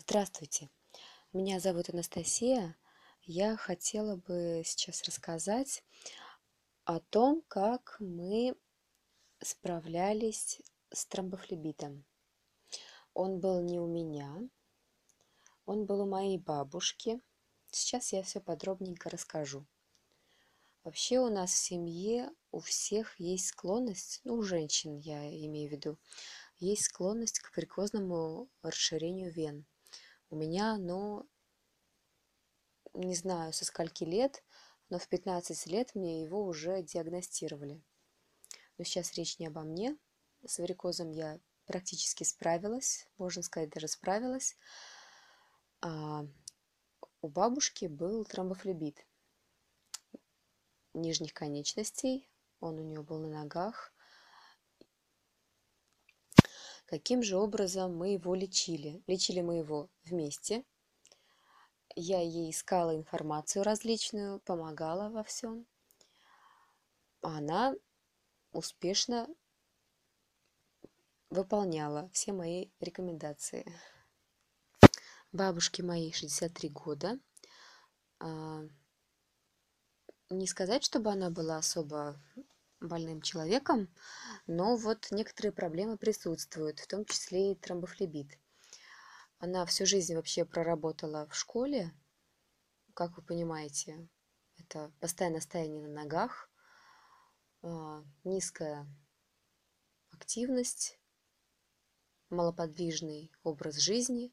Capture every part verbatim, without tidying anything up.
Здравствуйте, меня зовут Анастасия. Я хотела бы сейчас рассказать о том, как мы справлялись с тромбофлебитом. Он был не у меня, он был у моей бабушки. Сейчас я все подробненько расскажу. Вообще у нас в семье у всех есть склонность, ну, у женщин я имею в виду, есть склонность к варикозному расширению вен. У меня оно, не знаю, со скольки лет, но в пятнадцать лет мне его уже диагностировали. Но сейчас речь не обо мне. С варикозом я практически справилась, можно сказать, даже справилась. А у бабушки был тромбофлебит нижних конечностей, он у нее был на ногах. Каким же образом мы его лечили? Лечили мы его вместе. Я ей искала информацию различную, помогала во всем. А она успешно выполняла все мои рекомендации. Бабушке моей шестьдесят три года. Не сказать, чтобы она была особо больным человеком, но вот некоторые проблемы присутствуют, в том числе и тромбофлебит. Она всю жизнь вообще проработала в школе, как вы понимаете, это постоянное стояние на ногах, низкая активность, малоподвижный образ жизни.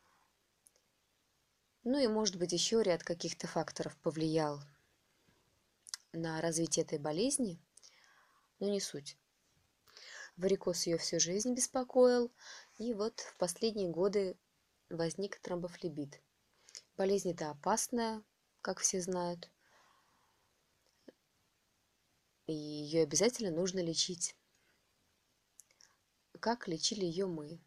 Ну и, может быть, еще ряд каких-то факторов повлиял на развитие этой болезни, но не суть. Варикоз ее всю жизнь беспокоил, и вот в последние годы возник тромбофлебит. Болезнь эта опасная, как все знают, и ее обязательно нужно лечить. Как лечили ее мы?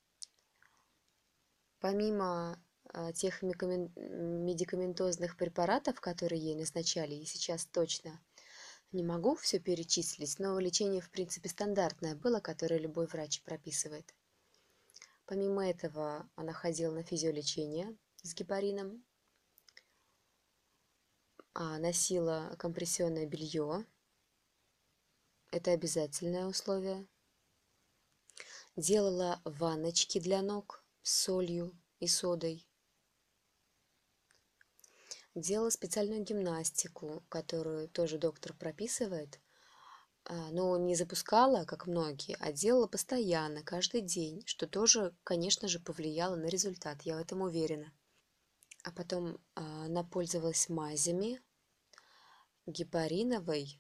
Помимо тех медикаментозных препаратов, которые ей назначали, и сейчас точно не могу все перечислить, но лечение, в принципе, стандартное было, которое любой врач прописывает. Помимо этого, она ходила на физиолечение с гепарином, носила компрессионное белье, это обязательное условие, делала ванночки для ног с солью и содой, делала специальную гимнастику, которую тоже доктор прописывает, но не запускала, как многие, а делала постоянно, каждый день, что тоже, конечно же, повлияло на результат, я в этом уверена. А потом она пользовалась мазями гепариновой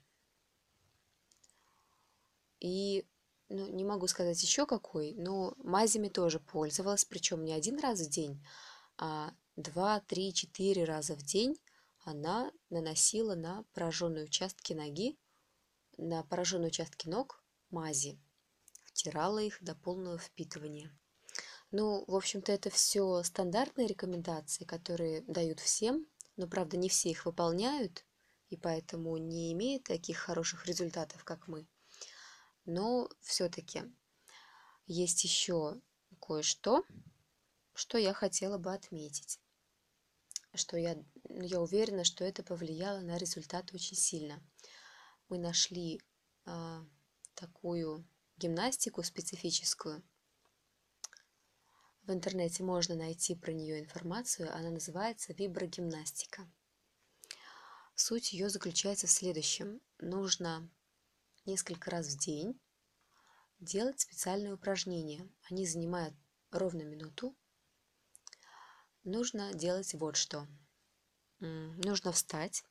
и, ну, не могу сказать еще какой, но мазями тоже пользовалась, причем не один раз в день, а два, три, четыре раза в день она наносила на пораженные участки ноги, на пораженные участки ног мази, втирала их до полного впитывания. Ну, в общем-то, это все стандартные рекомендации, которые дают всем, но, правда, не все их выполняют, и поэтому не имеют таких хороших результатов, как мы. Но все-таки есть еще кое-что, что я хотела бы отметить, что я, я уверена, что это повлияло на результат очень сильно. Мы нашли а, такую гимнастику специфическую. В интернете можно найти про нее информацию, она называется виброгимнастика. Суть ее заключается в следующем. Нужно несколько раз в день делать специальные упражнения. Они занимают ровно минуту. Нужно делать вот что. Нужно встать,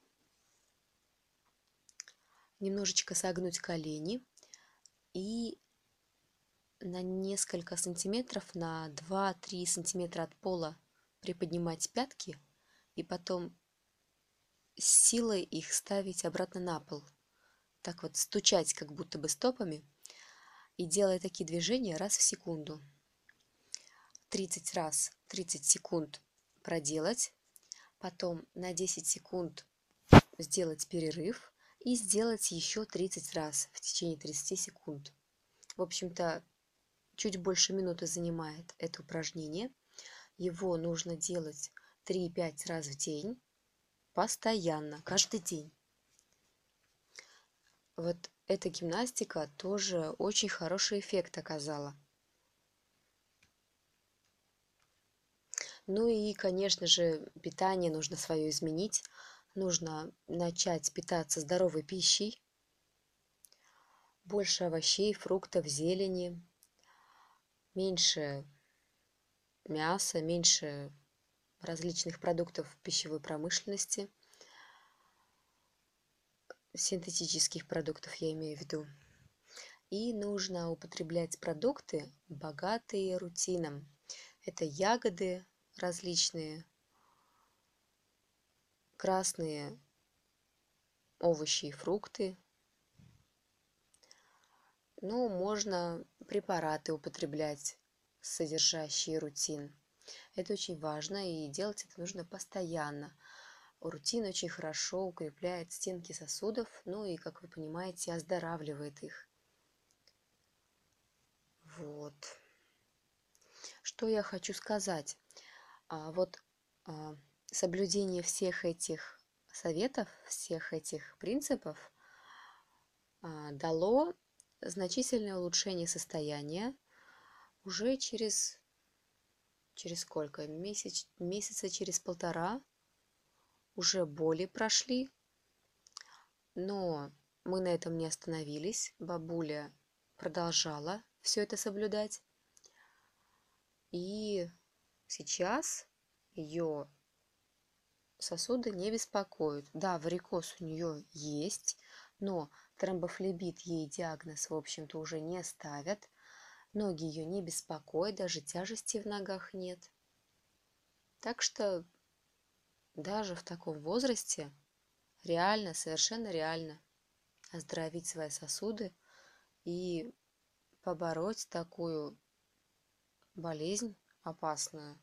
немножечко согнуть колени и на несколько сантиметров, на два-три сантиметра от пола приподнимать пятки и потом с силой их ставить обратно на пол. Так вот, стучать как будто бы стопами и делая такие движения раз в секунду. тридцать раз, тридцать секунд проделать, потом на десять секунд сделать перерыв и сделать еще тридцать раз в течение тридцати секунд. В общем-то, чуть больше минуты занимает это упражнение. Его нужно делать три-пять раз в день, постоянно, каждый день. Вот эта гимнастика тоже очень хороший эффект оказала. Ну и, конечно же, питание нужно свое изменить. Нужно начать питаться здоровой пищей, больше овощей, фруктов, зелени, меньше мяса, меньше различных продуктов пищевой промышленности, синтетических продуктов я имею в виду. И нужно употреблять продукты, богатые рутином. Это ягоды различные, красные овощи и фрукты. Ну, можно препараты употреблять, содержащие рутин. Это очень важно, и делать это нужно постоянно. Рутин очень хорошо укрепляет стенки сосудов, ну и, как вы понимаете, оздоравливает их. Вот. Что я хочу сказать? А, вот а, соблюдение всех этих советов, всех этих принципов а, дало значительное улучшение состояния уже через, через сколько? Месяц, месяца через полтора уже боли прошли, но мы на этом не остановились. Бабуля продолжала все это соблюдать. И сейчас ее сосуды не беспокоят. Да, варикоз у нее есть, но тромбофлебит ей диагноз, в общем-то, уже не ставят. Ноги ее не беспокоят, даже тяжести в ногах нет. Так что даже в таком возрасте реально, совершенно реально оздоровить свои сосуды и побороть такую болезнь опасную,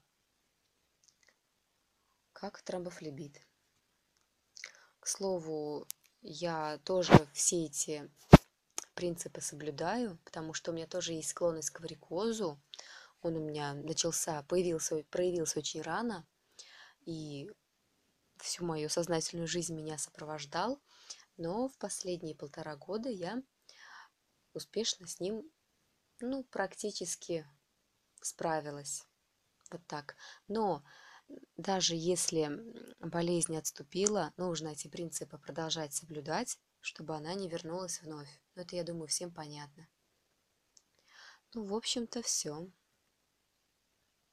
как тромбофлебит. К слову, я тоже все эти принципы соблюдаю, потому что у меня тоже есть склонность к варикозу. Он у меня начался, появился, проявился очень рано, и всю мою сознательную жизнь меня сопровождал. Но в последние полтора года я успешно с ним, ну, практически справилась. Вот так. Но даже если болезнь отступила, нужно эти принципы продолжать соблюдать, чтобы она не вернулась вновь. Но это, я думаю, всем понятно. Ну, в общем-то, все.